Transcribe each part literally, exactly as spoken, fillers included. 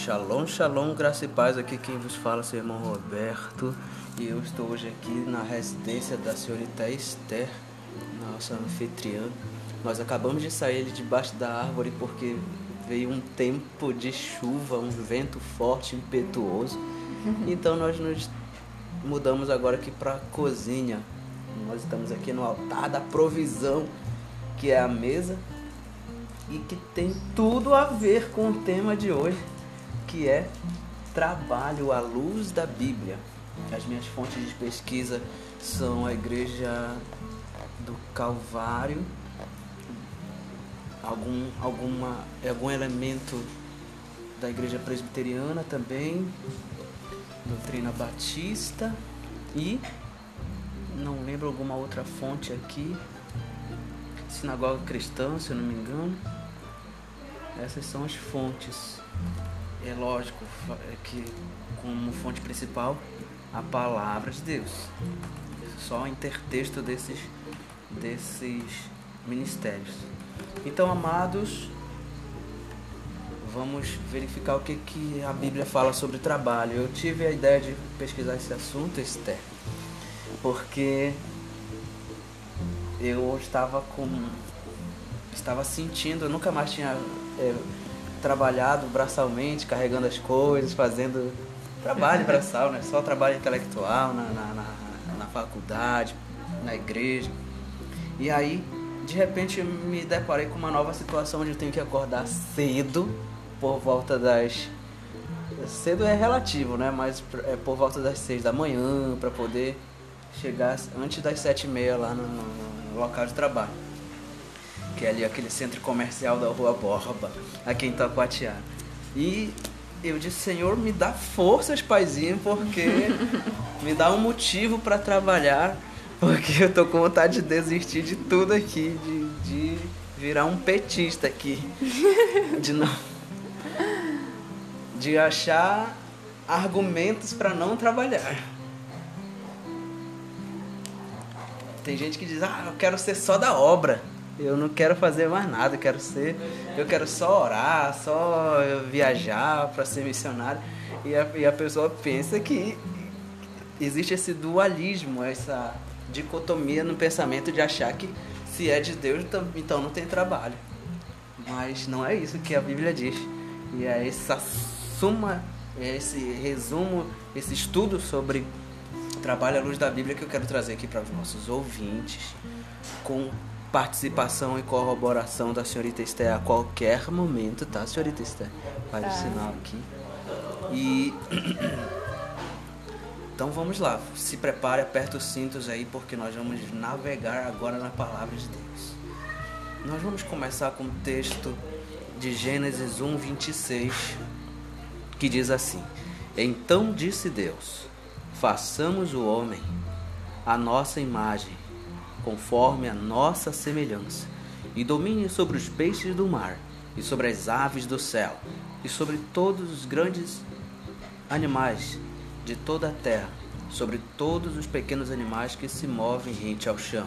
Shalom, shalom, graça e paz. Aqui quem vos fala é o seu irmão Roberto. E eu estou hoje aqui na residência da senhorita Esther, nossa anfitriã. Nós acabamos de sair debaixo da árvore porque veio um tempo de chuva, um vento forte, impetuoso. Então nós nos mudamos agora aqui para a cozinha. Nós estamos aqui no altar da provisão, que é a mesa, e que tem tudo a ver com o tema de hoje, que é trabalho à luz da Bíblia. As minhas fontes de pesquisa são a Igreja do Calvário, algum, alguma, algum elemento da Igreja Presbiteriana também, Doutrina Batista e não lembro alguma outra fonte aqui, Sinagoga Cristã, se eu não me engano. Essas são as fontes. É lógico que como fonte principal a palavra de Deus, só intertexto desses, desses ministérios. Então, amados, vamos verificar o que, que a Bíblia fala sobre trabalho. Eu tive a ideia de pesquisar esse assunto, Esther, porque eu estava com estava sentindo, eu nunca mais tinha é, trabalhado braçalmente, carregando as coisas, fazendo trabalho braçal, né? Só trabalho intelectual na, na, na, na faculdade, na igreja. E aí, de repente, eu me deparei com uma nova situação onde eu tenho que acordar cedo, por volta das... Cedo é relativo, né? Mas é por volta das seis da manhã, para poder chegar antes das sete e meia lá no, no, no local de trabalho, que é ali aquele centro comercial da Rua Borba, aqui em Itacoatiara. E eu disse: Senhor, me dá forças, paizinho, porque me dá um motivo para trabalhar, porque eu tô com vontade de desistir de tudo aqui, de, de virar um petista aqui, de não, de achar argumentos para não trabalhar. Tem gente que diz: ah, eu quero ser só da obra, eu não quero fazer mais nada, eu quero ser, eu quero só orar, só viajar para ser missionário. E a, e a pessoa pensa que existe esse dualismo, essa dicotomia no pensamento de achar que se é de Deus, então não tem trabalho. Mas não é isso que a Bíblia diz. E é essa suma, é esse resumo, esse estudo sobre trabalho à luz da Bíblia que eu quero trazer aqui para os nossos ouvintes, com participação e corroboração da senhorita Esther a qualquer momento, tá, senhorita Esther? Faz tá. O sinal aqui. E então vamos lá, se prepare, aperta os cintos aí, porque nós vamos navegar agora na palavra de Deus. Nós vamos começar com o texto de Gênesis um, vinte e seis, que diz assim: Então disse Deus: façamos o homem à nossa imagem, conforme a nossa semelhança, e domine sobre os peixes do mar, e sobre as aves do céu, e sobre todos os grandes animais de toda a terra, sobre todos os pequenos animais que se movem rente ao chão.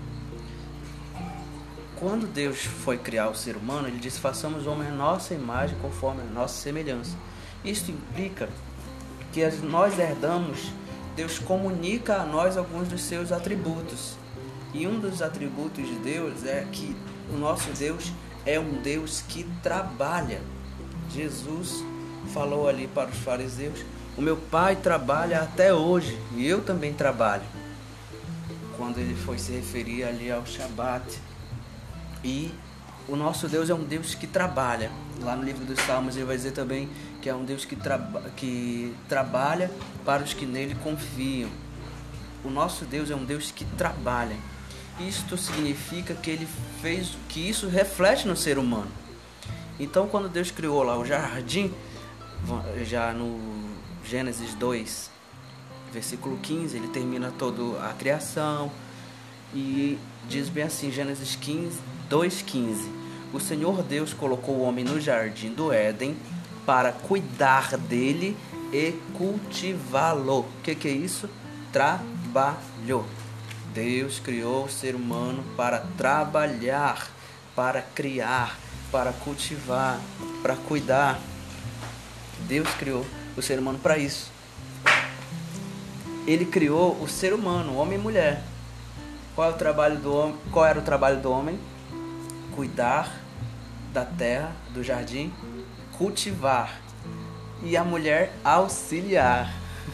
Quando Deus foi criar o ser humano, ele disse: façamos o homem à nossa imagem, conforme a nossa semelhança. Isso implica que nós herdamos, Deus comunica a nós alguns dos seus atributos. E um dos atributos de Deus é que o nosso Deus é um Deus que trabalha. Jesus falou ali para os fariseus: o meu pai trabalha até hoje e eu também trabalho, quando ele foi se referir ali ao Shabat. E o nosso Deus é um Deus que trabalha. Lá no livro dos Salmos ele vai dizer também que é um Deus que, traba, que trabalha para os que nele confiam. O nosso Deus é um Deus que trabalha. Isto significa que ele fez, que isso reflete no ser humano. Então, quando Deus criou lá o jardim, já no Gênesis dois, versículo quinze, ele termina toda a criação e diz bem assim, Gênesis quinze, dois, quinze: o Senhor Deus colocou o homem no jardim do Éden para cuidar dele e cultivá-lo. O que, que é isso? Trabalho. Deus criou o ser humano para trabalhar, para criar, para cultivar, para cuidar. Deus criou o ser humano para isso. Ele criou o ser humano, homem e mulher. Qual é o trabalho do homem? Qual era o trabalho do homem? Cuidar da terra, do jardim, cultivar. E a mulher, auxiliar.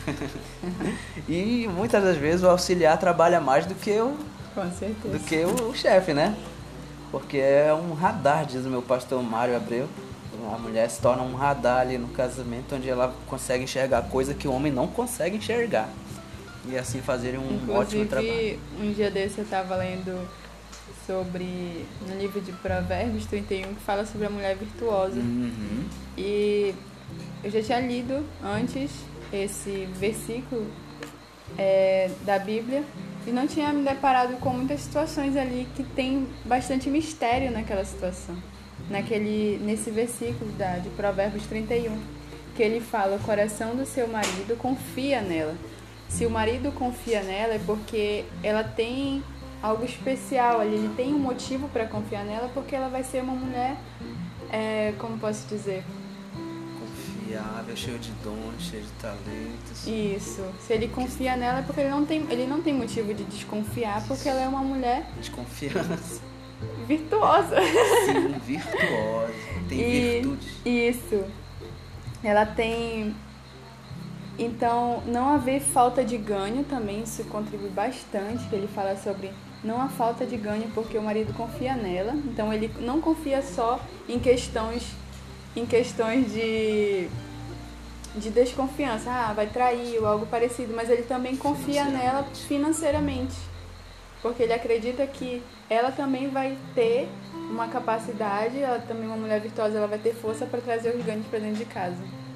E muitas das vezes o auxiliar trabalha mais do que o, Com certeza. do que o, o chefe, né? Porque é um radar, diz o meu pastor Mário Abreu. A mulher se torna um radar ali no casamento, onde ela consegue enxergar coisa que o homem não consegue enxergar. E assim fazerem um Inclusive, ótimo trabalho. um dia desse eu estava lendo sobre, no livro de Provérbios trinta e um, que fala sobre a mulher virtuosa. Uhum. E eu já tinha lido antes esse versículo é, da Bíblia e não tinha me deparado com muitas situações ali que tem bastante mistério naquela situação. Naquele, nesse versículo da, de Provérbios trinta e um, que ele fala: o coração do seu marido confia nela. Se o marido confia nela é porque ela tem algo especial ali, ele tem um motivo para confiar nela, porque ela vai ser uma mulher, é, como posso dizer? Confiável, cheio de dons, cheio de talentos. Isso. Se ele confia nela é porque ele não tem, ele não tem motivo de desconfiar, porque ela é uma mulher Desconfiança. virtuosa. Sim, virtuosa. Tem E- virtudes. Isso. Ela tem... Então, não haver falta de ganho também, isso contribui bastante, que ele fala sobre não há falta de ganho porque o marido confia nela. Então, ele não confia só em questões, em questões de, de desconfiança. Ah, vai trair ou algo parecido. Mas ele também confia nela financeiramente. Porque ele acredita que ela também vai ter uma capacidade, ela também, uma mulher virtuosa, ela vai ter força para trazer os ganhos para dentro de casa.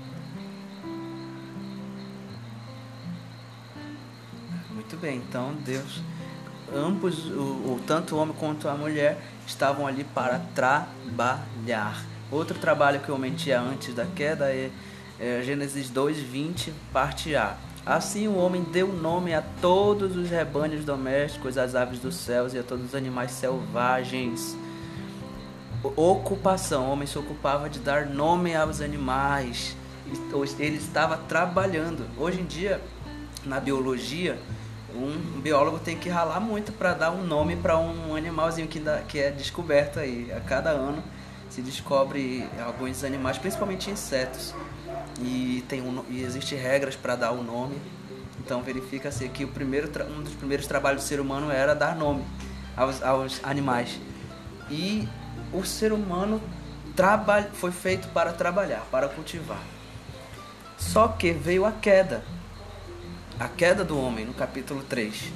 Muito bem, então Deus, ambos, o, o, tanto o homem quanto a mulher, estavam ali para trabalhar. Outro trabalho que o homem tinha antes da queda é, é Gênesis dois, vinte, parte A. Assim o homem deu nome a todos os rebanhos domésticos, às aves dos céus e a todos os animais selvagens. Ocupação, o homem se ocupava de dar nome aos animais. Ele estava trabalhando. Hoje em dia, na biologia, um biólogo tem que ralar muito para dar um nome para um animalzinho que, dá, que é descoberto aí. A cada ano se descobre alguns animais, principalmente insetos, e tem um, e existem regras para dar o nome. Então verifica-se que o primeiro, um dos primeiros trabalhos do ser humano era dar nome aos, aos animais. E o ser humano traba, foi feito para trabalhar, para cultivar. Só que veio a queda. A queda do homem, no capítulo três.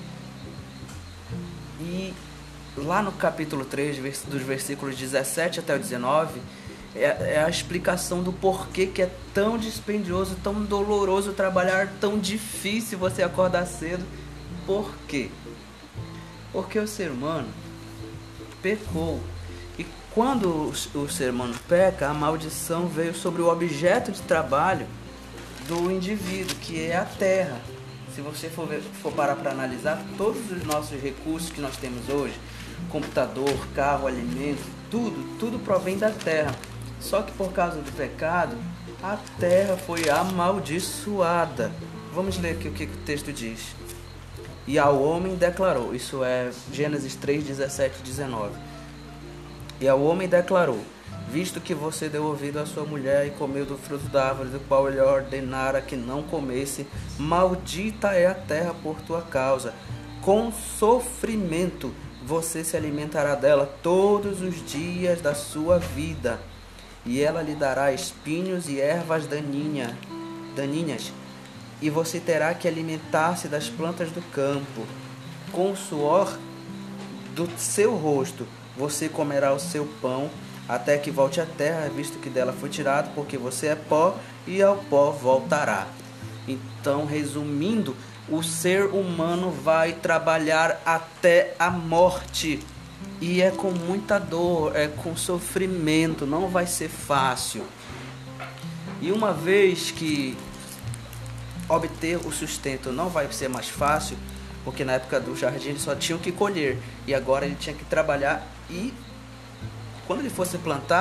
E lá no capítulo três, dos versículos dezessete até o dezenove, é, é a explicação do porquê que é tão dispendioso, tão doloroso trabalhar, tão difícil você acordar cedo. Por quê? Porque o ser humano pecou. E quando o, o ser humano peca, a maldição veio sobre o objeto de trabalho do indivíduo, que é a terra. Se você for, ver, for parar para analisar, todos os nossos recursos que nós temos hoje, computador, carro, alimento, tudo, tudo provém da terra. Só que por causa do pecado, a terra foi amaldiçoada. Vamos ler aqui o que o texto diz. E ao homem declarou, isso é Gênesis três, dezessete e dezenove. E ao homem declarou: visto que você deu ouvido à sua mulher e comeu do fruto da árvore do qual ele ordenara que não comesse, maldita é a terra por tua causa. Com sofrimento você se alimentará dela todos os dias da sua vida, e ela lhe dará espinhos e ervas daninha, daninhas, e você terá que alimentar-se das plantas do campo. Com o suor do seu rosto você comerá o seu pão, até que volte à terra, visto que dela foi tirado, porque você é pó e ao pó voltará. Então, resumindo, o ser humano vai trabalhar até a morte. E é com muita dor, é com sofrimento, não vai ser fácil. E uma vez que obter o sustento não vai ser mais fácil, porque na época do jardim ele só tinha que colher, e agora ele tinha que trabalhar, e quando ele fosse plantar,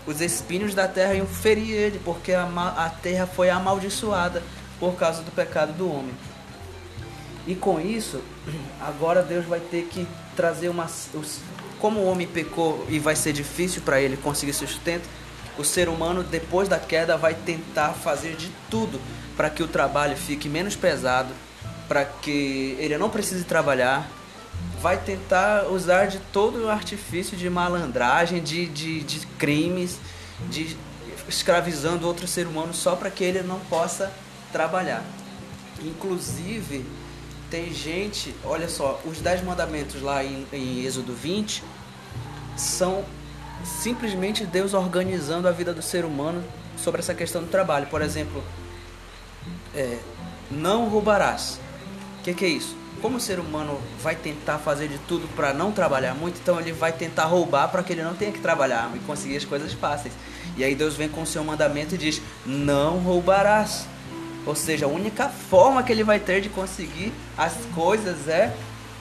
os espinhos da terra iam ferir ele, porque a, a terra foi amaldiçoada por causa do pecado do homem. E com isso, agora Deus vai ter que trazer uma... Como o homem pecou e vai ser difícil para ele conseguir sustento, o ser humano, depois da queda, vai tentar fazer de tudo para que o trabalho fique menos pesado, para que ele não precise trabalhar, vai tentar usar de todo o artifício de malandragem, de, de, de crimes, de escravizando outro ser humano só para que ele não possa trabalhar. Inclusive, tem gente, olha só, os dez mandamentos lá em, em Êxodo vinte são simplesmente Deus organizando a vida do ser humano sobre essa questão do trabalho. Por exemplo, é, não roubarás. O que, que é isso? Como o ser humano vai tentar fazer de tudo para não trabalhar muito, então ele vai tentar roubar para que ele não tenha que trabalhar e conseguir as coisas fáceis. E aí Deus vem com o seu mandamento e diz, não roubarás. Ou seja, a única forma que ele vai ter de conseguir as coisas é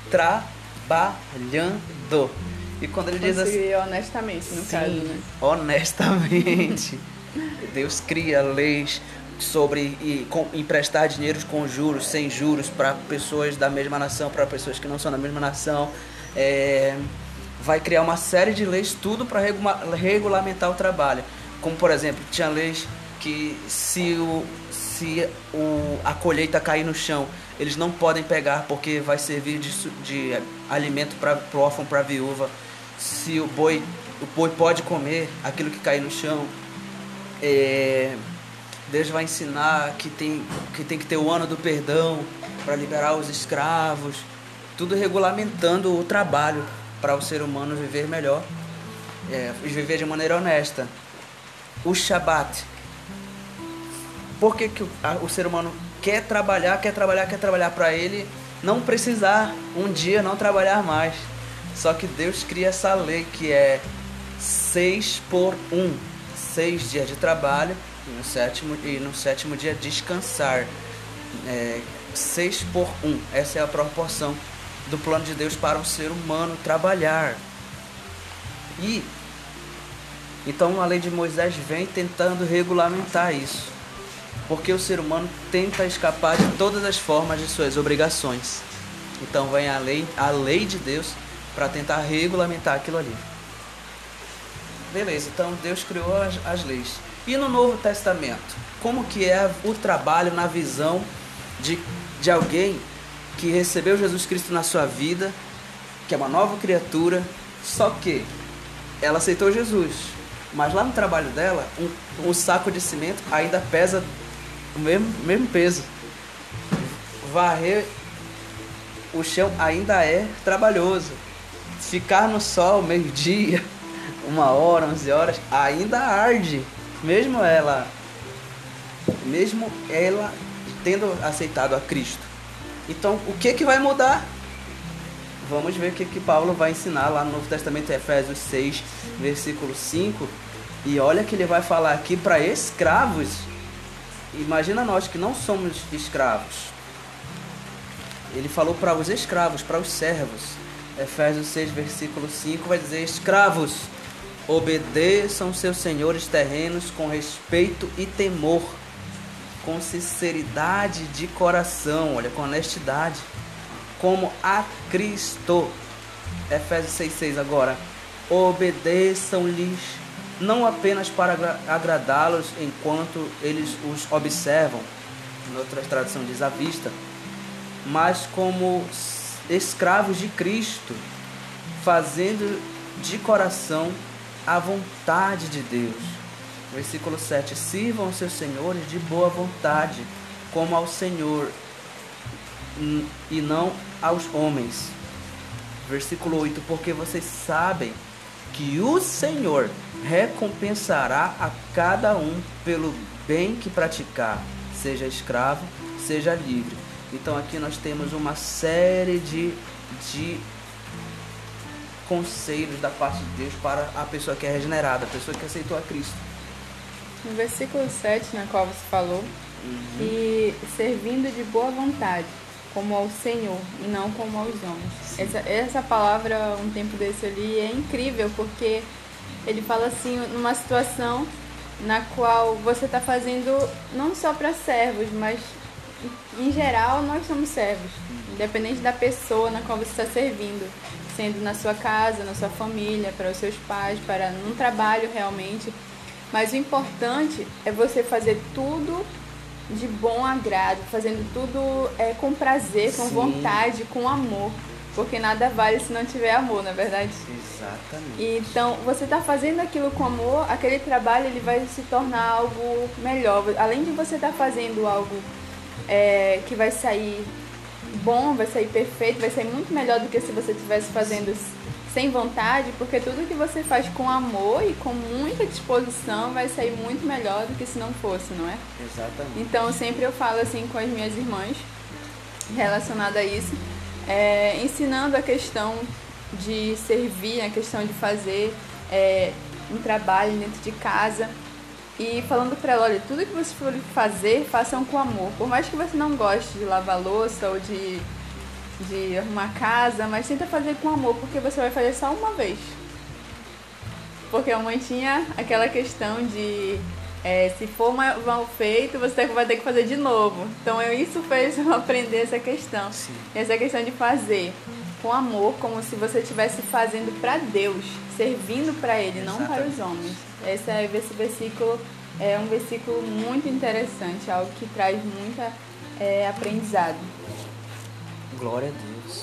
trabalhando. E quando ele diz assim... honestamente, no sim, caso, né? honestamente. Deus cria leis sobre e, com, emprestar dinheiro com juros, sem juros, para pessoas da mesma nação, para pessoas que não são da mesma nação. É, vai criar uma série de leis, tudo para regula, regulamentar o trabalho. Como, por exemplo, tinha leis que se, o, se o, a colheita cair no chão, eles não podem pegar porque vai servir de, de alimento para o órfão, para a viúva. Se o boi, o boi pode comer aquilo que cair no chão. É, Deus vai ensinar que tem, que tem que ter o ano do perdão para liberar os escravos. Tudo regulamentando o trabalho para o ser humano viver melhor, é, viver de maneira honesta. O Shabat. Por que, que o, a, o ser humano quer trabalhar, quer trabalhar, quer trabalhar para ele não precisar um dia não trabalhar mais? Só que Deus cria essa lei que é seis por um. Seis dias de trabalho e no sétimo, e no sétimo dia descansar. É, seis por um. Essa é a proporção do plano de Deus para o ser humano trabalhar. E então a lei de Moisés vem tentando regulamentar isso. Porque o ser humano tenta escapar de todas as formas de suas obrigações. Então vem a lei, a lei de Deus para tentar regulamentar aquilo ali. Beleza, então Deus criou as, as leis. E no Novo Testamento, como que é o trabalho na visão de, de alguém que recebeu Jesus Cristo na sua vida, que é uma nova criatura, só que ela aceitou Jesus, mas lá no trabalho dela, um, um saco de cimento ainda pesa o mesmo, mesmo peso. Varrer o chão ainda é trabalhoso. Ficar no sol meio-dia, uma hora, onze horas, ainda arde. Mesmo ela, mesmo ela tendo aceitado a Cristo. Então, o que que vai mudar? Vamos ver o que que Paulo vai ensinar lá no Novo Testamento, Efésios seis, versículo cinco. E olha que ele vai falar aqui para escravos. Imagina nós que não somos escravos. Ele falou para os escravos, para os servos. Efésios seis, versículo cinco vai dizer: escravos, obedeçam seus senhores terrenos com respeito e temor, com sinceridade de coração, olha, com honestidade, como a Cristo. Efésios seis, seis agora. Obedeçam-lhes, não apenas para agradá-los enquanto eles os observam, em outra tradução diz à vista, mas como escravos de Cristo, fazendo de coração a vontade de Deus. Versículo sete. Sirvam seus senhores de boa vontade, como ao Senhor e não aos homens. Versículo oito. Porque vocês sabem que o Senhor recompensará a cada um pelo bem que praticar, seja escravo, seja livre. Então aqui nós temos uma série de, de conselhos da parte de Deus para a pessoa que é regenerada, a pessoa que aceitou a Cristo. No versículo sete, na qual você falou, uhum. que servindo de boa vontade, como ao Senhor e não como aos homens. Essa, essa palavra, um tempo desse ali, é incrível, porque ele fala assim, numa situação na qual você está fazendo não só para servos, mas em geral nós somos servos, independente da pessoa na qual você está servindo, sendo na sua casa, na sua família, para os seus pais, para um trabalho realmente. Mas o importante é você fazer tudo de bom agrado, fazendo tudo é, com prazer, com Sim. vontade, com amor. Porque nada vale se não tiver amor, não é verdade? Exatamente. Então, você está fazendo aquilo com amor, aquele trabalho ele vai se tornar algo melhor. Além de você estar tá fazendo algo é, que vai sair bom, vai sair perfeito, vai sair muito melhor do que se você estivesse fazendo sem vontade, porque tudo que você faz com amor e com muita disposição vai sair muito melhor do que se não fosse, não é? Exatamente. Então, sempre eu falo assim com as minhas irmãs, relacionado a isso, é, ensinando a questão de servir, a questão de fazer é, um trabalho dentro de casa e falando para ela, olha, tudo que você for fazer, façam com amor. Por mais que você não goste de lavar louça ou de, de arrumar casa, mas tenta fazer com amor, porque você vai fazer só uma vez. Porque a mãe tinha aquela questão de é, se for mal feito, você vai ter que fazer de novo. Então eu, isso fez eu aprender essa questão. Sim. Essa questão de fazer com amor, como se você estivesse fazendo para Deus, servindo para Ele, não Exatamente. Para os homens. Esse, é, esse versículo é um versículo muito interessante, algo que traz muita é, aprendizado. Glória a Deus.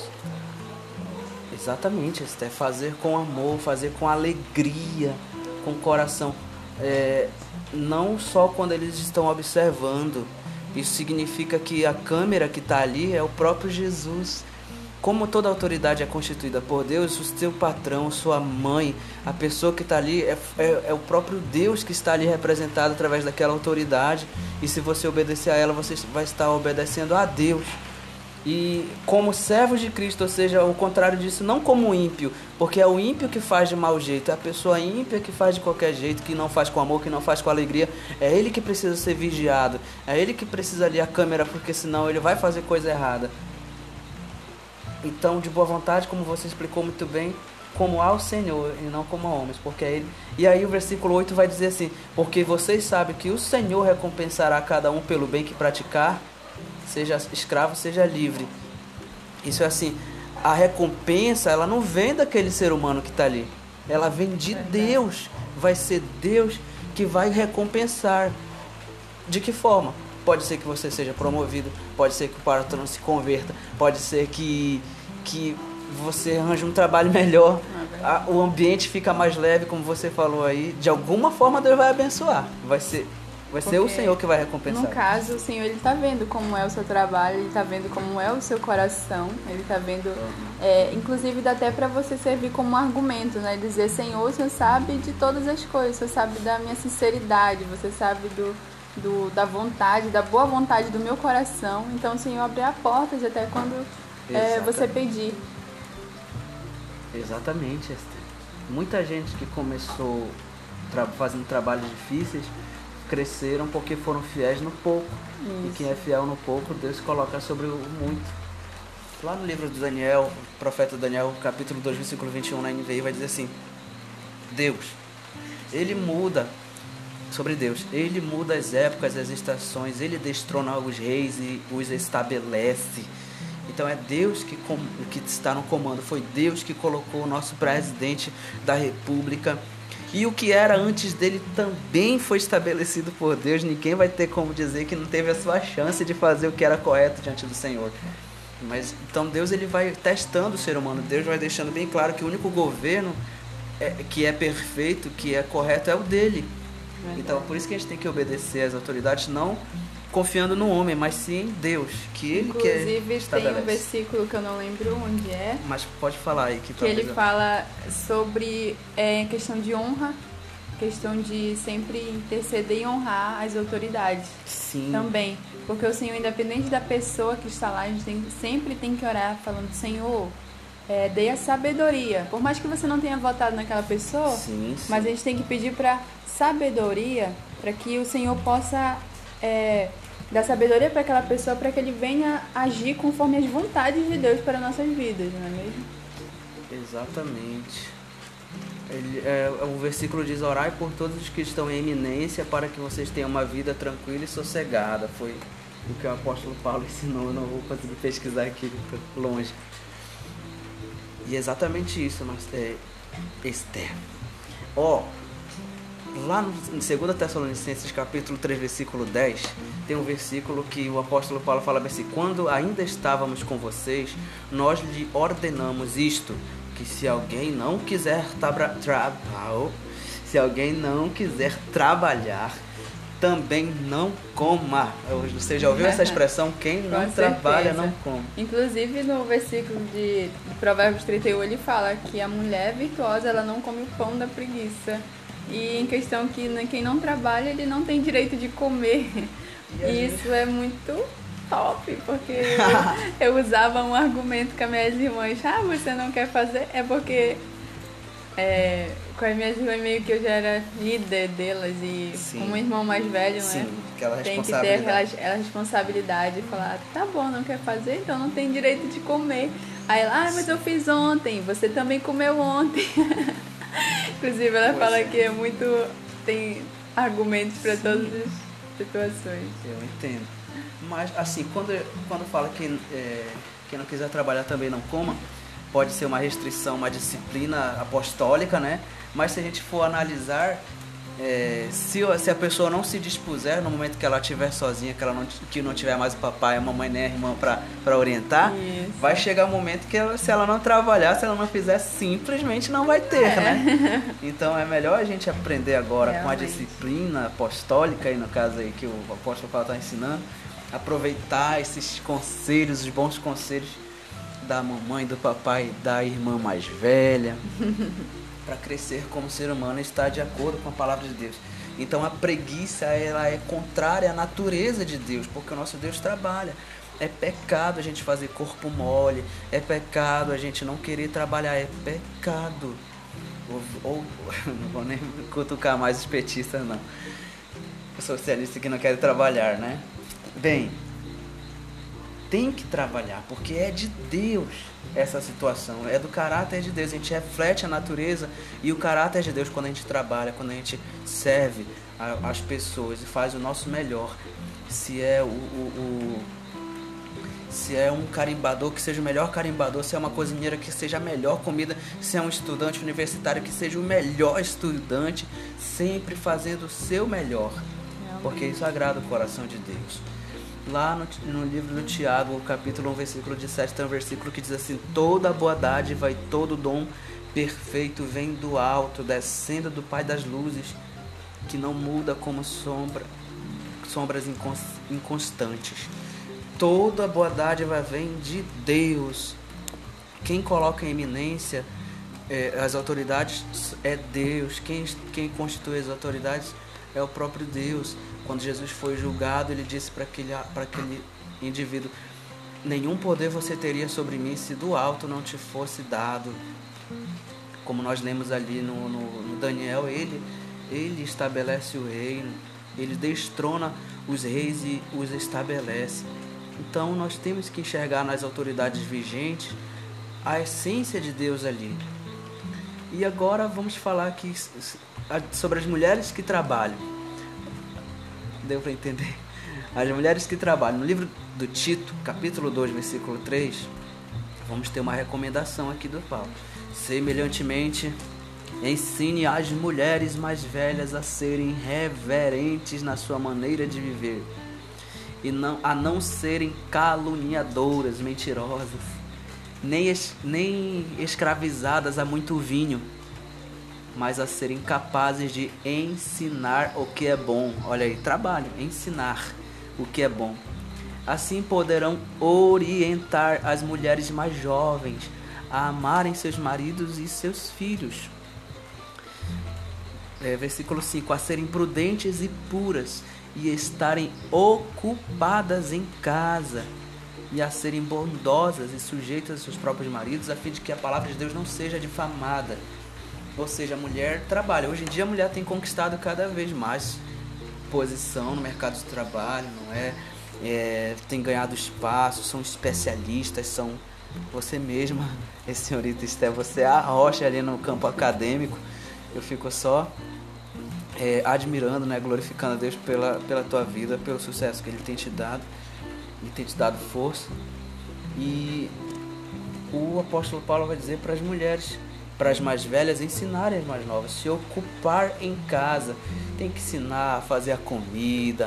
Exatamente, Esther. Fazer com amor, fazer com alegria, com coração. É, não só quando eles estão observando. Isso significa que a câmera que está ali é o próprio Jesus. Como toda autoridade é constituída por Deus, o seu patrão, sua mãe, a pessoa que está ali é, é, é o próprio Deus que está ali representado através daquela autoridade. E se você obedecer a ela, você vai estar obedecendo a Deus. E como servos de Cristo, ou seja, o contrário disso, não como ímpio, porque é o ímpio que faz de mau jeito, é a pessoa ímpia que faz de qualquer jeito, que não faz com amor, que não faz com alegria, é ele que precisa ser vigiado, é ele que precisa ali a câmera, porque senão ele vai fazer coisa errada. Então, de boa vontade, como você explicou muito bem, como ao Senhor e não como a homens, porque é ele. E aí o versículo oito vai dizer assim, porque vocês sabem que o Senhor recompensará cada um pelo bem que praticar, seja escravo, seja livre. Isso é assim, a recompensa, ela não vem daquele ser humano que está ali, ela vem de Deus. Vai ser Deus que vai recompensar. De que forma? Pode ser que você seja promovido, pode ser que o patrão se converta, pode ser que, que você arranje um trabalho melhor, a, o ambiente fica mais leve, como você falou aí. De alguma forma Deus vai abençoar, vai ser Vai ser Porque, o Senhor que vai recompensar. No caso, o Senhor, Ele está vendo como é o seu trabalho, Ele está vendo como é o seu coração, Ele está vendo... É, inclusive, dá até para você servir como um argumento, né? Dizer, Senhor, o Senhor sabe de todas as coisas, o Senhor sabe da minha sinceridade, você sabe do, do, da vontade, da boa vontade do meu coração. Então, o Senhor abre a porta de até quando é, você pedir. Exatamente, Esther. Muita gente que começou tra- fazendo trabalhos difíceis cresceram porque foram fiéis no pouco. Isso. E quem é fiel no pouco, Deus coloca sobre o muito. Lá no livro de Daniel, o profeta Daniel, capítulo dois, versículo vinte e um, na N V I, vai dizer assim: Deus, Ele muda, sobre Deus, Ele muda as épocas, as estações, Ele destrona os reis e os estabelece. Então é Deus que, com, que está no comando, foi Deus que colocou o nosso presidente da república. E o que era antes dele também foi estabelecido por Deus. Ninguém vai ter como dizer que não teve a sua chance de fazer o que era correto diante do Senhor. Mas então Deus, ele vai testando o ser humano. Deus vai deixando bem claro que o único governo é, que é perfeito, que é correto, é o dele. Verdade. Então por isso que a gente tem que obedecer às autoridades, não confiando no homem, mas sim em Deus, que ele quer. Inclusive tem um versículo que eu não lembro onde é. Mas pode falar aí. Que, que ele eu... fala sobre é, questão de honra, questão de sempre interceder e honrar as autoridades. Sim. Também. Porque o Senhor, independente da pessoa que está lá, a gente tem, sempre tem que orar falando, Senhor, é, dê a sabedoria. Por mais que você não tenha votado naquela pessoa, sim, sim. mas a gente tem que pedir para sabedoria, para que o Senhor possa... É, dar sabedoria para aquela pessoa, para que ele venha agir conforme as vontades de Deus para nossas vidas, não é mesmo? Exatamente. Ele, é, o versículo diz: orai por todos os que estão em eminência, para que vocês tenham uma vida tranquila e sossegada. Foi o que o apóstolo Paulo ensinou. Eu não vou conseguir pesquisar aqui longe. E é exatamente isso, mas é, Esther. Ó, lá no, em dois Tessalonicenses, capítulo três, versículo dez, tem um versículo que o apóstolo Paulo fala assim: quando ainda estávamos com vocês, nós lhe ordenamos isto, que se alguém não quiser tra- tra- se alguém não quiser trabalhar, também não coma. Você já ouviu essa expressão? Quem não trabalha não come. Inclusive no versículo de, de Provérbios trinta e um, ele fala que a mulher virtuosa, ela não come o pão da preguiça. E em questão que quem não trabalha, ele não tem direito de comer. E, e isso é muito top, porque eu, eu usava um argumento com as minhas irmãs: ah, você não quer fazer? É porque é, com as minhas irmãs meio que eu já era líder delas e Sim. como um irmão mais velho, Sim, né? aquela tem que ter aquela, aquela responsabilidade de falar: tá bom, não quer fazer, então não tem direito de comer. Aí ela: ah, mas eu fiz ontem, você também comeu ontem. Inclusive ela pois fala é. que é muito, tem argumentos para todas as situações. Eu entendo. Mas assim, quando, quando fala que é, quem não quiser trabalhar também não coma, pode ser uma restrição, uma disciplina apostólica, né? Mas se a gente for analisar, é, se, se a pessoa não se dispuser, no momento que ela estiver sozinha, que, ela não, que não tiver mais o papai, a mamãe nem a irmã para orientar, Isso. vai chegar um momento que ela, se ela não trabalhar, se ela não fizer, simplesmente não vai ter, é. né? Então é melhor a gente aprender agora Realmente. com a disciplina apostólica, aí no caso aí que o apóstolo Paulo está ensinando, aproveitar esses conselhos, os bons conselhos da mamãe, do papai, da irmã mais velha, para crescer como ser humano e estar de acordo com a palavra de Deus. Então a preguiça, ela é contrária à natureza de Deus, porque o nosso Deus trabalha. É pecado a gente fazer corpo mole, é pecado a gente não querer trabalhar, é pecado. Ou, ou não vou nem cutucar mais os petistas, não. O socialista que não quer trabalhar, né? Bem, tem que trabalhar, porque é de Deus essa situação, é do caráter de Deus. A gente reflete a natureza e o caráter de Deus quando a gente trabalha, quando a gente serve a, as pessoas e faz o nosso melhor. Se é o, o, o se é um carimbador, que seja o melhor carimbador, se é uma cozinheira, que seja a melhor comida, se é um estudante universitário, que seja o melhor estudante, sempre fazendo o seu melhor, porque isso agrada o coração de Deus. Lá no, no livro do Tiago, capítulo um, versículo dezessete, tem um versículo que diz assim: toda boa dádiva e todo dom perfeito vem do alto, descendo do Pai das luzes, que não muda como sombra, sombras inconstantes. Toda boa dádiva vem de Deus. Quem coloca em eminência é, as autoridades é Deus. Quem, quem constitui as autoridades é o próprio Deus. Quando Jesus foi julgado, ele disse para aquele, para aquele indivíduo: nenhum poder você teria sobre mim se do alto não te fosse dado. Como nós lemos ali no, no, no Daniel, ele, ele estabelece o reino, ele destrona os reis e os estabelece. Então nós temos que enxergar nas autoridades vigentes a essência de Deus ali. E agora vamos falar aqui sobre as mulheres que trabalham. Deu para entender? As mulheres que trabalham. No livro do Tito, capítulo dois, versículo três, vamos ter uma recomendação aqui do Paulo. Semelhantemente, ensine as mulheres mais velhas a serem reverentes na sua maneira de viver, e não, a não serem caluniadoras, mentirosas, nem, es, nem escravizadas a muito vinho, mas a serem capazes de ensinar o que é bom. Olha aí, trabalho, ensinar o que é bom. Assim poderão orientar as mulheres mais jovens a amarem seus maridos e seus filhos. É, versículo cinco, a serem prudentes e puras, e estarem ocupadas em casa, e a serem bondosas e sujeitas aos seus próprios maridos, a fim de que a palavra de Deus não seja difamada. Ou seja, a mulher trabalha. Hoje em dia a mulher tem conquistado cada vez mais posição no mercado de trabalho, não é? É, tem ganhado espaço, são especialistas, são você mesma, senhorita Esther, você é a rocha ali no campo acadêmico. Eu fico só é, admirando, né, glorificando a Deus pela, pela tua vida, pelo sucesso que Ele tem te dado, Ele tem te dado força. E o apóstolo Paulo vai dizer para as mulheres, para as mais velhas, ensinarem as mais novas, se ocupar em casa. Tem que ensinar a fazer a comida,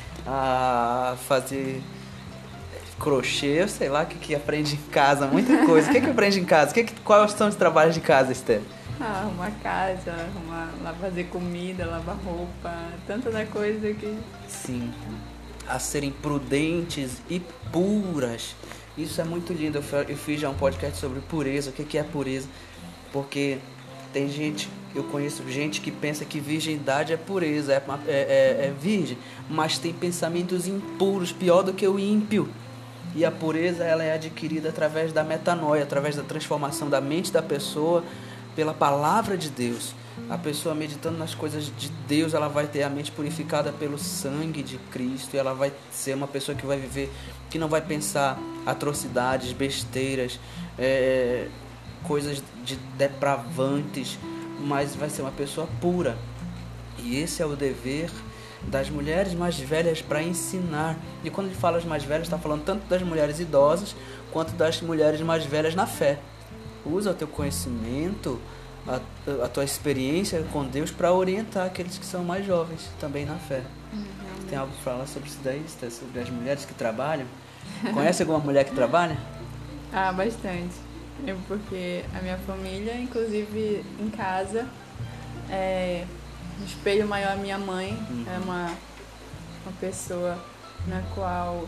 a fazer crochê, eu sei lá o que, que aprende em casa, muita coisa. O que, que aprende em casa? Que que, quais são os trabalhos de casa, Esther? Ah, arrumar casa, arrumar, lá fazer comida, lavar roupa, tanta da coisa que... Sim, a serem prudentes e puras. Isso é muito lindo. Eu fiz já um podcast sobre pureza, o que, que é pureza. Porque tem gente, eu conheço gente que pensa que virgindade é pureza, é, é, é, é virgem, mas tem pensamentos impuros, pior do que o ímpio. E a pureza, ela é adquirida através da metanoia, através da transformação da mente da pessoa pela palavra de Deus. A pessoa meditando nas coisas de Deus, ela vai ter a mente purificada pelo sangue de Cristo, e ela vai ser uma pessoa que vai viver, que não vai pensar atrocidades, besteiras, é, coisas de depravantes, mas vai ser uma pessoa pura. E esse é o dever das mulheres mais velhas para ensinar. E quando ele fala as mais velhas, está falando tanto das mulheres idosas quanto das mulheres mais velhas na fé. Usa o teu conhecimento, a, a tua experiência com Deus para orientar aqueles que são mais jovens também na fé. Uhum. Tem algo para falar sobre isso daí, sobre as mulheres que trabalham? Conhece alguma mulher que trabalha? Ah, bastante. É porque a minha família, inclusive em casa, é, o espelho maior é minha mãe. Uhum. É uma, uma pessoa na qual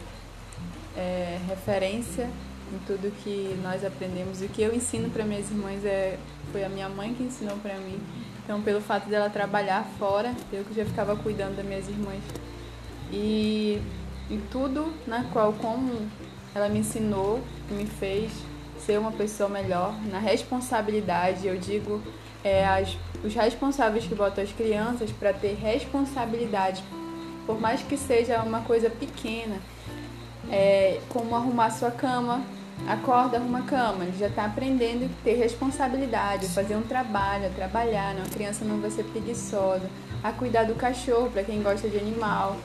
é referência em tudo que nós aprendemos. E o que eu ensino para minhas irmãs é, foi a minha mãe que ensinou para mim. Então, pelo fato dela trabalhar fora, eu que já ficava cuidando das minhas irmãs. E, e tudo na qual, como ela me ensinou, que me fez ser uma pessoa melhor, na responsabilidade, eu digo, é, as, os responsáveis que botam as crianças para ter responsabilidade, por mais que seja uma coisa pequena, é, como arrumar sua cama, acorda, arruma a cama, ele já está aprendendo a ter responsabilidade, a fazer um trabalho, a trabalhar, né? A criança não vai ser preguiçosa, a cuidar do cachorro, para quem gosta de animal,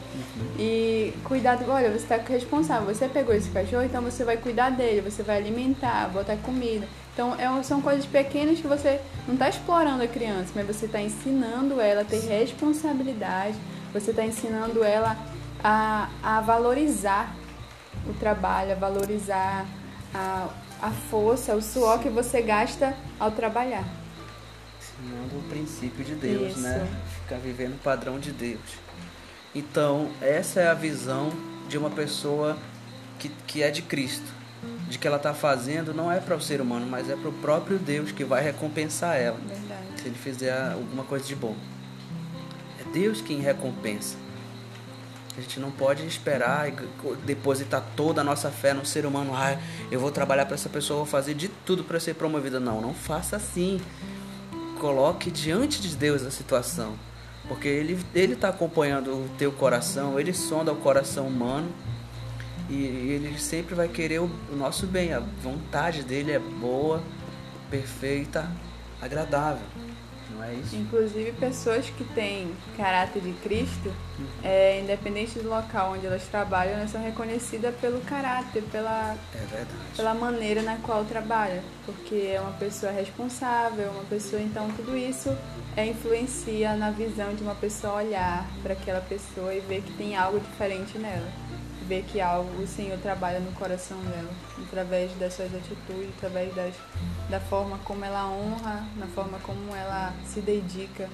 e cuidar do, olha, você está responsável, você pegou esse cachorro, então você vai cuidar dele, você vai alimentar, botar comida. Então é, são coisas pequenas que você não está explorando a criança, mas você está ensinando ela a ter responsabilidade, você está ensinando ela a, a valorizar o trabalho, a valorizar a, a força, o suor que você gasta ao trabalhar. Ensinando o princípio de Deus, Isso. né? Ficar vivendo o padrão de Deus. Então, essa é a visão de uma pessoa que, que é de Cristo. De que ela está fazendo não é para o ser humano, mas é para o próprio Deus que vai recompensar ela. Verdade. Se ele fizer alguma coisa de bom. É Deus quem recompensa. A gente não pode esperar e depositar toda a nossa fé no ser humano. Ah, eu vou trabalhar para essa pessoa, vou fazer de tudo para ser promovida. Não, não faça assim. Coloque diante de Deus a situação. Porque Ele Ele está acompanhando o teu coração, Ele sonda o coração humano. E Ele sempre vai querer o, o nosso bem. A vontade dEle é boa, perfeita, agradável. Não é isso? Inclusive, pessoas que têm caráter de Cristo, é, independente do local onde elas trabalham, elas são reconhecidas pelo caráter, pela, É verdade. pela maneira na qual trabalha. Porque é uma pessoa responsável, uma pessoa, então tudo isso é, influencia na visão de uma pessoa olhar para aquela pessoa e ver que tem algo diferente nela. Ver que algo, o Senhor trabalha no coração dela, através das suas atitudes, através das, da forma como ela honra, na forma como ela se dedica.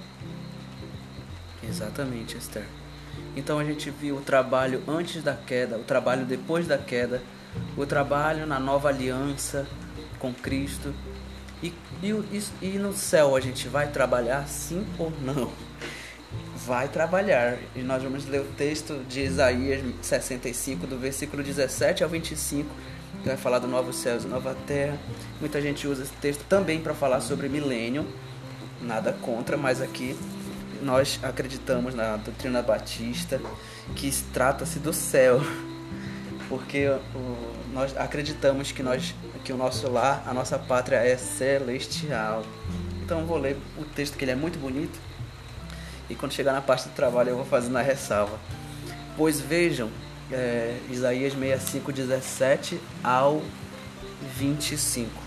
Exatamente, Esther. Então a gente viu o trabalho antes da queda, o trabalho depois da queda, o trabalho na nova aliança com Cristo. E, e, e no céu a gente vai trabalhar sim ou não? Vai trabalhar. E nós vamos ler o texto de Isaías sessenta e cinco, do versículo dezessete ao vinte e cinco, que vai falar do novo céu e nova terra. Muita gente usa esse texto também para falar sobre milênio. Nada contra, mas aqui nós acreditamos na doutrina batista que trata-se do céu. Porque o, nós acreditamos que, nós, que o nosso lar, a nossa pátria é celestial. Então eu vou ler o texto, que ele é muito bonito, e quando chegar na parte do trabalho eu vou fazer na ressalva. Pois vejam, é, Isaías sessenta e cinco, dezessete ao vinte e cinco.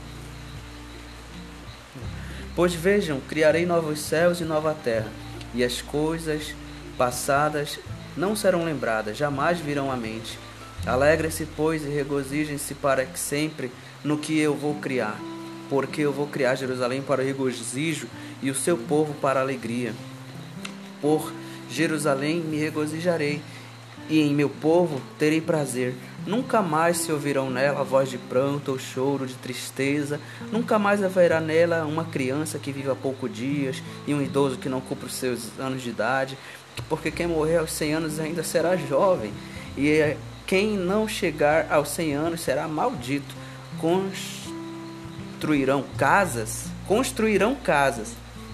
Pois vejam, criarei novos céus e nova terra, e as coisas passadas não serão lembradas, jamais virão à mente. Alegrem-se, pois, e regozijem-se para que sempre no que eu vou criar, porque eu vou criar Jerusalém para o regozijo e o seu povo para a alegria. Por Jerusalém me regozijarei, e em meu povo terei prazer. Nunca mais se ouvirão nela a voz de pranto ou choro de tristeza. Nunca mais haverá nela uma criança que viva poucos dias e um idoso que não cumpra os seus anos de idade, porque quem morrer aos cem anos ainda será jovem, e quem não chegar aos cem anos será maldito. Construirão casas, construirão casas,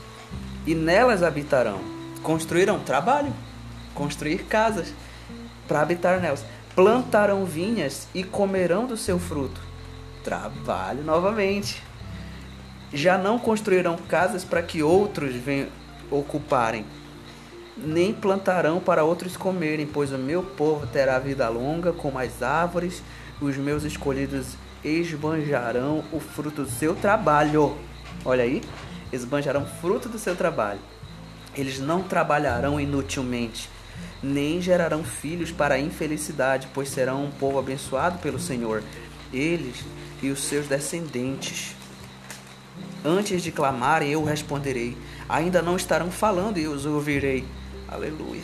e nelas habitarão. Construirão trabalho, construir casas para habitar nelas. Plantarão vinhas e comerão do seu fruto. Trabalho novamente. Já não construirão casas para que outros venham ocuparem, nem plantarão para outros comerem, pois o meu povo terá vida longa como as árvores, os meus escolhidos esbanjarão o fruto do seu trabalho. Olha aí, esbanjarão fruto do seu trabalho. Eles não trabalharão inutilmente, nem gerarão filhos para a infelicidade, pois serão um povo abençoado pelo Senhor, eles e os seus descendentes. Antes de clamarem, eu responderei. Ainda não estarão falando e eu os ouvirei. Aleluia.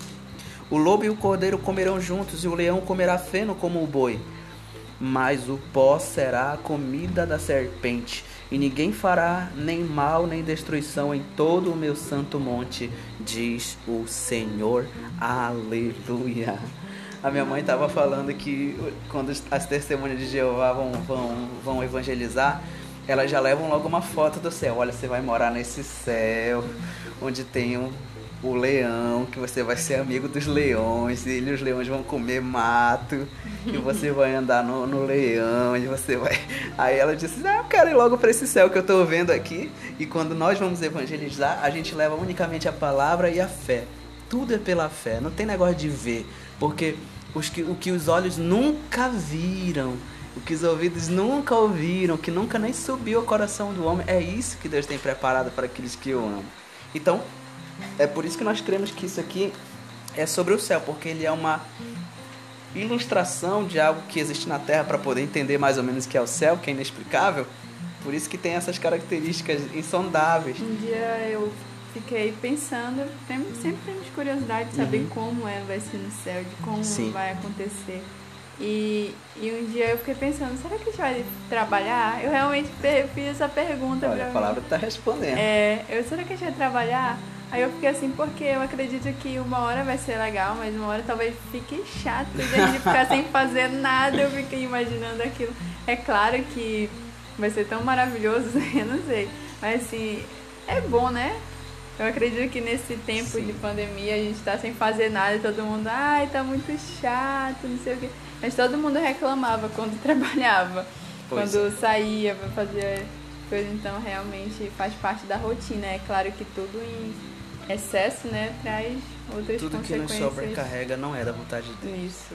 O lobo e o cordeiro comerão juntos, e o leão comerá feno como o boi. Mas o pó será a comida da serpente, e ninguém fará nem mal nem destruição em todo o meu santo monte, diz o Senhor. Aleluia. A minha mãe estava falando que quando as testemunhas de Jeová vão, vão, vão evangelizar, elas já levam logo uma foto do céu. Olha, você vai morar nesse céu onde tem um, o leão, que você vai ser amigo dos leões, e os leões vão comer mato, e você vai andar no, no leão, e você vai... Aí ela disse, ah, eu quero ir logo para esse céu que eu estou vendo aqui. E quando nós vamos evangelizar, a gente leva unicamente a palavra e a fé. Tudo é pela fé, não tem negócio de ver, porque os que, o que os olhos nunca viram, o que os ouvidos nunca ouviram, que nunca nem subiu ao coração do homem, é isso que Deus tem preparado para aqueles que o amam. Então, é por isso que nós cremos que isso aqui é sobre o céu, porque ele é uma ilustração de algo que existe na Terra, para poder entender mais ou menos o que é o céu, que é inexplicável. Por isso que tem essas características insondáveis. Um dia eu fiquei pensando, sempre temos curiosidade de saber uhum. como é, vai ser no céu, de como Sim. vai acontecer. E, e um dia eu fiquei pensando, será que a gente vai trabalhar? Eu realmente fiz essa pergunta. Olha, a palavra está respondendo. É, eu, será que a gente vai trabalhar? Aí eu fiquei assim, porque eu acredito que uma hora vai ser legal, mas uma hora talvez fique chato de a gente ficar sem fazer nada. Eu fiquei imaginando aquilo. É claro que vai ser tão maravilhoso, eu não sei. Mas assim, é bom, né? Eu acredito que nesse tempo Sim. de pandemia a gente tá sem fazer nada e todo mundo, ai, tá muito chato, não sei o quê. Mas todo mundo reclamava quando trabalhava, pois quando é. saía pra fazer coisa. Então realmente faz parte da rotina. É claro que tudo em excesso, né, traz outras tudo consequências. Tudo que nos sobrecarrega não é da vontade de Deus. Isso.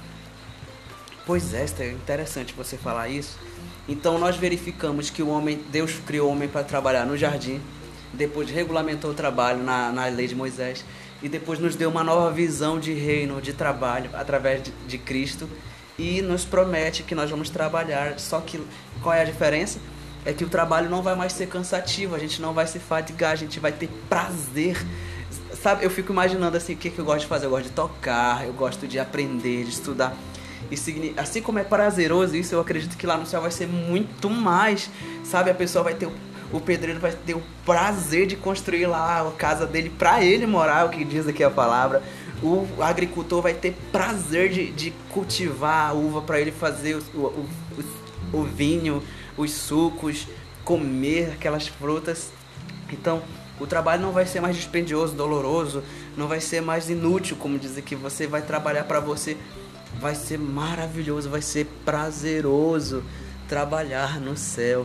Pois é, é interessante você falar isso. Então nós verificamos que o homem, Deus criou o homem para trabalhar no jardim, depois regulamentou o trabalho na, na lei de Moisés, e depois nos deu uma nova visão de reino, de trabalho, através de, de Cristo, e nos promete que nós vamos trabalhar. Só que qual é a diferença? É que o trabalho não vai mais ser cansativo, a gente não vai se fadigar, a gente vai ter prazer. Sabe, eu fico imaginando assim, o que, que eu gosto de fazer? Eu gosto de tocar, eu gosto de aprender, de estudar. E assim como é prazeroso isso, eu acredito que lá no céu vai ser muito mais. Sabe, a pessoa vai ter o O pedreiro vai ter o prazer de construir lá a casa dele para ele morar, o que diz aqui a palavra. O agricultor vai ter prazer de, de cultivar a uva para ele fazer o, o, o, o vinho, os sucos, comer aquelas frutas. Então, o trabalho não vai ser mais dispendioso, doloroso, não vai ser mais inútil, como diz aqui. Você vai trabalhar para você, vai ser maravilhoso, vai ser prazeroso trabalhar no céu.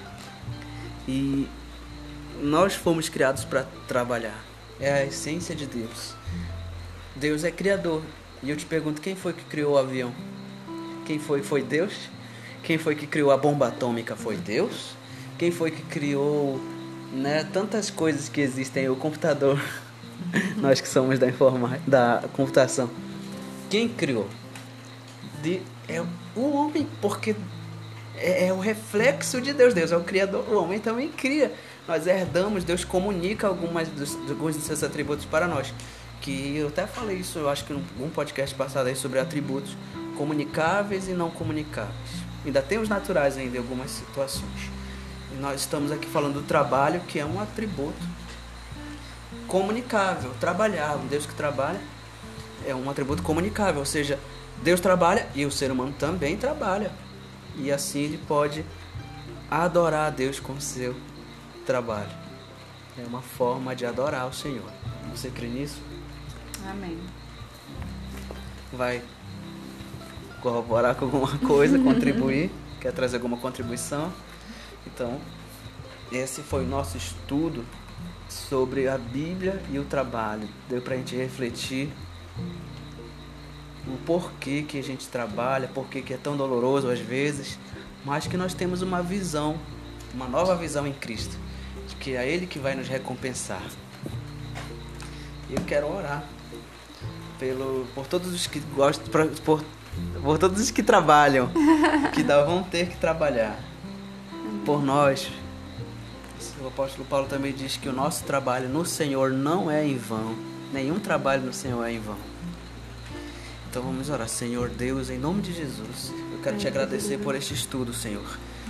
E nós fomos criados para trabalhar. É a essência de Deus. Deus é criador. E eu te pergunto, quem foi que criou o avião? Quem foi? Foi Deus? Quem foi que criou a bomba atômica? Foi Deus? Quem foi que criou, né, tantas coisas que existem? O computador. Nós que somos da, informa... da computação. Quem criou? De... É o homem, porque é, é o reflexo de Deus. Deus é o criador, o homem também cria. Nós herdamos, Deus comunica algumas dos, alguns dos seus atributos para nós. Que eu até falei isso, eu acho que num podcast passado aí sobre atributos comunicáveis e não comunicáveis. Ainda tem os naturais ainda em algumas situações. E nós estamos aqui falando do trabalho, que é um atributo comunicável. Trabalhar, um Deus que trabalha é um atributo comunicável, ou seja, Deus trabalha e o ser humano também trabalha. E assim ele pode adorar a Deus com o seu trabalho. É uma forma de adorar o Senhor. Você crê nisso? Amém. Vai corroborar com alguma coisa, contribuir? Quer trazer alguma contribuição? Então, esse foi o nosso estudo sobre a Bíblia e o trabalho. Deu pra gente refletir o porquê que a gente trabalha, porquê que é tão doloroso às vezes, mas que nós temos uma visão, uma nova visão em Cristo, de que é Ele que vai nos recompensar. E eu quero orar pelo, por todos os que gostam, por, por todos os que trabalham, que vão ter que trabalhar, por nós. O apóstolo Paulo também diz que o nosso trabalho no Senhor não é em vão. Nenhum trabalho no Senhor é em vão. Então vamos orar. Senhor Deus, em nome de Jesus, eu quero te agradecer por este estudo, Senhor.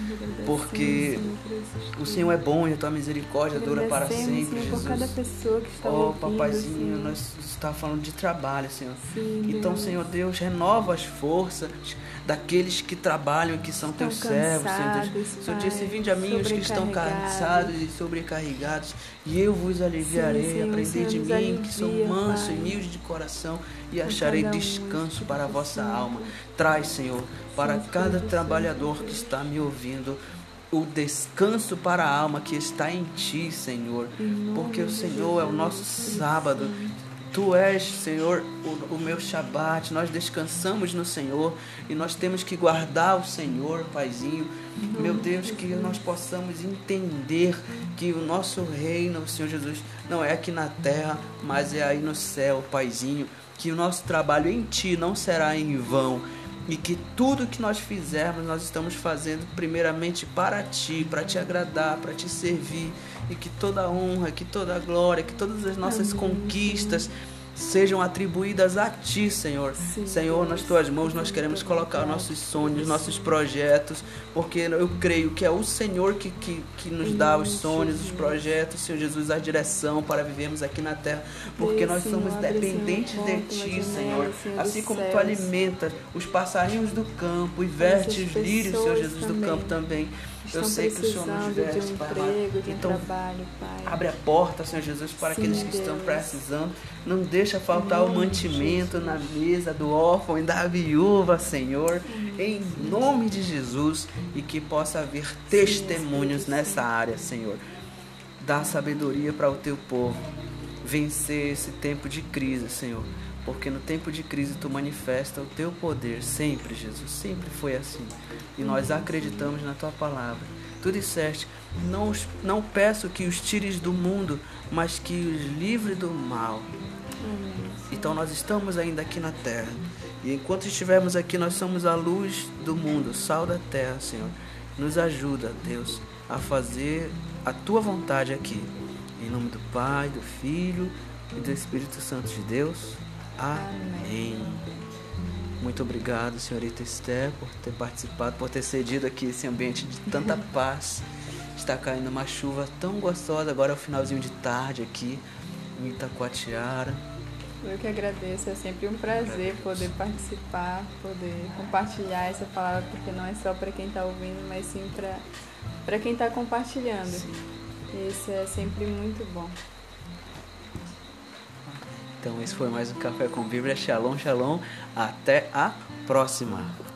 Porque o Senhor é bom e a tua misericórdia dura para sempre, Jesus. Por cada pessoa que está oh, ouvindo, papaizinho, Senhor. Nós estamos falando de trabalho, Senhor. Sim, então, Deus. Senhor Deus, renova as forças daqueles que trabalham e que são estão teus servos, Senhor Deus. cansados, O Senhor disse, vinde a mim os que estão sobrecarregados. cansados e sobrecarregados, e eu vos aliviarei. Sim, Senhor, Aprendei Senhor, de nos mim, alivia, que sou manso Pai. e humilde de coração, e Com acharei cada um, descanso para a vossa Senhor. alma. Traz, Senhor, para Sim, cada Espírito trabalhador Santo. que está me ouvindo, o descanso para a alma que está em Ti, Senhor. Em nome Porque o de Senhor é o Jesus, nosso Espírito sábado. Santo. Tu és, Senhor, o, o meu Shabat. Nós descansamos no Senhor e nós temos que guardar o Senhor, Paizinho. Meu Deus, que nós possamos entender que o nosso reino, Senhor Jesus, não é aqui na terra, mas é aí no céu, Paizinho. Que o nosso trabalho em Ti não será em vão. E que tudo que nós fizermos, nós estamos fazendo primeiramente para Ti, para Te agradar, para Te servir. E que toda a honra, que toda a glória, que todas as nossas Amém, conquistas Senhor. sejam atribuídas a Ti, Senhor. Sim, Senhor, nas Tuas mãos nós queremos colocar nossos sonhos, nossos projetos, porque eu creio que é o Senhor que, que, que nos dá os sonhos, os projetos, Senhor Jesus, a direção para vivermos aqui na terra, porque nós somos dependentes de Ti, Senhor. Assim como Tu alimentas os passarinhos do campo e veste os lírios, Senhor Jesus, do campo também. Eu sei que o Senhor nos veste, Pai amado. Então, trabalho, Pai. abre a porta, Senhor Jesus, para Sim, aqueles que Deus. estão precisando. Não deixa faltar Em o nome de mantimento Jesus. na mesa do órfão e da viúva, Senhor. Em nome de Jesus. E que possa haver testemunhos Espírito nessa área, Senhor. Dá sabedoria para o teu povo vencer esse tempo de crise, Senhor. Porque no tempo de crise Tu manifesta o Teu poder sempre, Jesus. Sempre foi assim. E nós acreditamos na Tua palavra. Tu disseste, não, os- não peço que os tires do mundo, mas que os livre do mal. Amém. Então nós estamos ainda aqui na terra. E enquanto estivermos aqui, nós somos a luz do mundo, o sal da terra, Senhor. Nos ajuda, Deus, a fazer a Tua vontade aqui. Em nome do Pai, do Filho e do Espírito Santo de Deus. Amém. Muito obrigado, senhorita Esther, por ter participado, por ter cedido aqui esse ambiente de tanta paz. Está caindo uma chuva tão gostosa, agora é o finalzinho de tarde aqui em Itacoatiara. Eu que agradeço, é sempre um prazer poder participar, poder compartilhar essa palavra, porque não é só para quem está ouvindo, mas sim para quem está compartilhando. Sim. Isso é sempre muito bom. Então esse foi mais um Café com Bíblia. Shalom, shalom. Até a próxima.